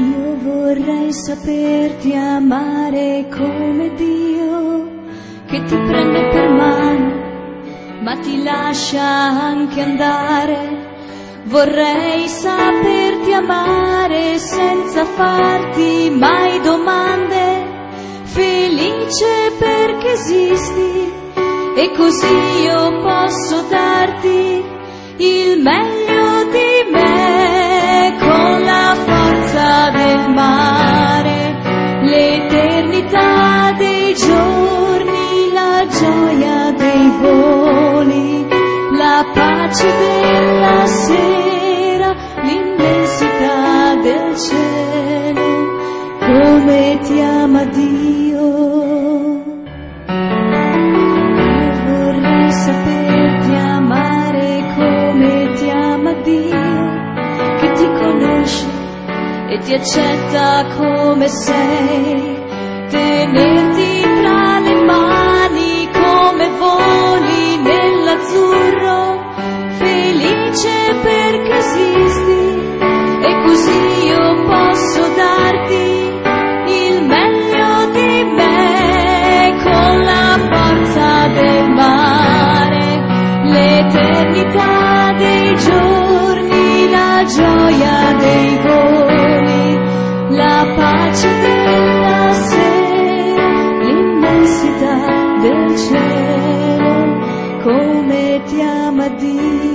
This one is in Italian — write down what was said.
Io vorrei saperti amare come Dio, che ti prende per mano, ma ti lascia anche andare. Vorrei saperti amare senza farti mai domande, felice perché esisti e così io posso darti il meglio di me con la forza del mare, l'eternità dei giorni, la gioia dei voli, la pace della sera, l'immensità del cielo, come ti ama Dio. Io vorrei saperti amare come ti ama Dio, che ti conosce e ti accetta come sei, tenerti tra le mani come voli nell'azzurro, felice perché esisti e così io posso darti il meglio di me con la forza del mare, l'eternità dei giorni, la gioia dei voli, la pace della sera, l'immensità del cielo, come ti ama Dio.